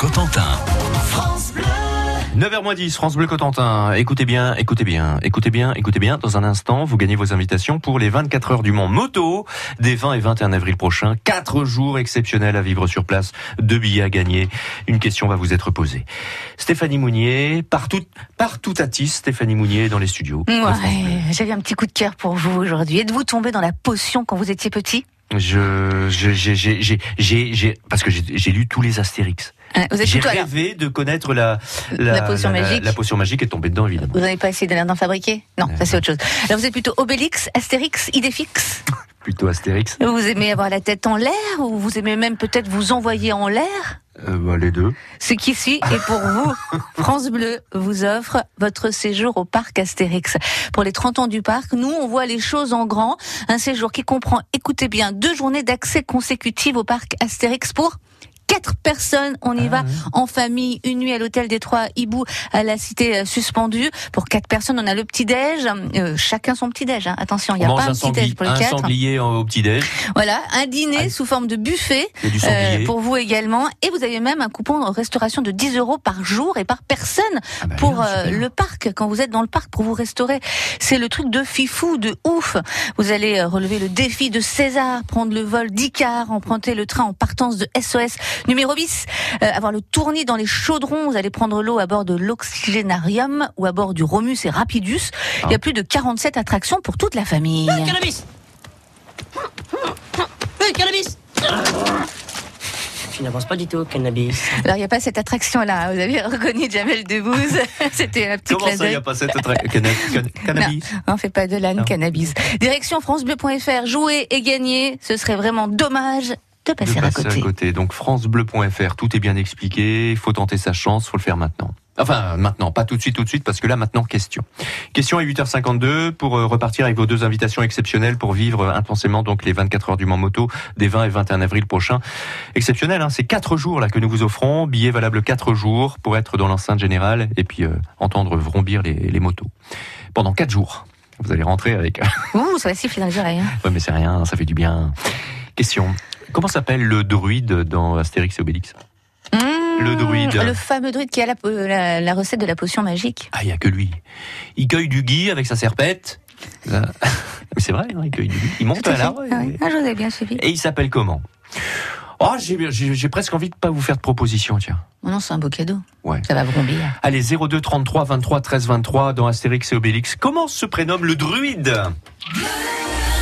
Cotentin. 9h10, France Bleu Cotentin. Écoutez bien. Dans un instant, vous gagnez vos invitations pour les 24 heures du Mans Moto des 20 et 21 avril prochains. 4 jours exceptionnels à vivre sur place. 2 billets à gagner. Une question va vous être posée. Stéphanie Mounier, partout Stéphanie Mounier dans les studios. Ouais, j'avais un petit coup de cœur pour vous aujourd'hui. Êtes-vous tombé dans la potion quand vous étiez petit ? Parce que j'ai lu tous les Astérix. J'ai rêvé de connaître la potion magique. La potion magique est tombée dedans, évidemment. Vous n'avez pas essayé d'en fabriquer ? Non, ça c'est autre chose. Alors vous êtes plutôt Obélix, Astérix, Idéfix ? Plutôt Astérix. Vous aimez avoir la tête en l'air ou vous aimez même peut-être vous envoyer en l'air ? Les deux. Ce qu'ici et pour vous, France Bleu vous offre votre séjour au parc Astérix. Pour les 30 ans du parc, nous, on voit les choses en grand. Un séjour qui comprend, écoutez bien, 2 journées d'accès consécutives au parc Astérix pour 4 personnes, on y va en famille, une nuit à l'hôtel des Trois Hiboux à la cité suspendue. Pour 4 personnes, on a le petit-déj, chacun son petit-déj, hein. Attention, il n'y a pas un petit-déj pour les 4. Un sanglier au petit-déj. Voilà, un dîner sous forme de buffet pour vous également. Et vous avez même un coupon de restauration de 10 € par jour et par personne pour le parc, quand vous êtes dans le parc, pour vous restaurer. C'est le truc de fifou, de ouf. Vous allez relever le défi de César, prendre le vol d'Icar, emprunter le train en partance de SOS numéro 10, avoir le tournis dans les chaudrons, vous allez prendre l'eau à bord de l'Oxygénarium ou à bord du Romus et Rapidus. Il y a plus de 47 attractions pour toute la famille. Cannabis. Cannabis. Tu n'avances pas du tout, cannabis. Alors, il n'y a pas cette attraction-là. Vous avez reconnu Jamel Debbouze. C'était un petit clin d'œil. Comment ça, il n'y a pas cette attraction cannabis? Non, on ne fait pas de l'âne, cannabis. Direction francebleu.fr. Jouer et gagner, ce serait vraiment dommage de passer à côté. Donc francebleu.fr, tout est bien expliqué, il faut tenter sa chance, il faut le faire maintenant. Enfin, maintenant, pas tout de suite, parce que là, maintenant, question. Question à 8h52 pour repartir avec vos 2 invitations exceptionnelles pour vivre intensément donc les 24 heures du Mans Moto des 20 et 21 avril prochains. Exceptionnel, hein, c'est 4 jours là que nous vous offrons, billets valables 4 jours pour être dans l'enceinte générale et puis entendre vrombir les motos. Pendant 4 jours, vous allez rentrer avec... Ouh, ça va siffler dans les oreilles. Hein. Ouais, mais c'est rien, ça fait du bien. Question. Comment s'appelle le druide dans Astérix et Obélix ? Le druide. Le fameux druide qui a la recette de la potion magique. Ah, il n'y a que lui. Il cueille du gui avec sa serpette. Mais c'est vrai, hein, il cueille du gui. Il monte à l'arbre. Je vous ai bien suivi. Et il s'appelle comment ? Oh, j'ai presque envie de pas vous faire de proposition, tiens. Oh non, c'est un beau cadeau. Ouais. Ça va vrombir. Allez, 02 33 23 13 23 dans Astérix et Obélix. Comment se prénomme le druide ?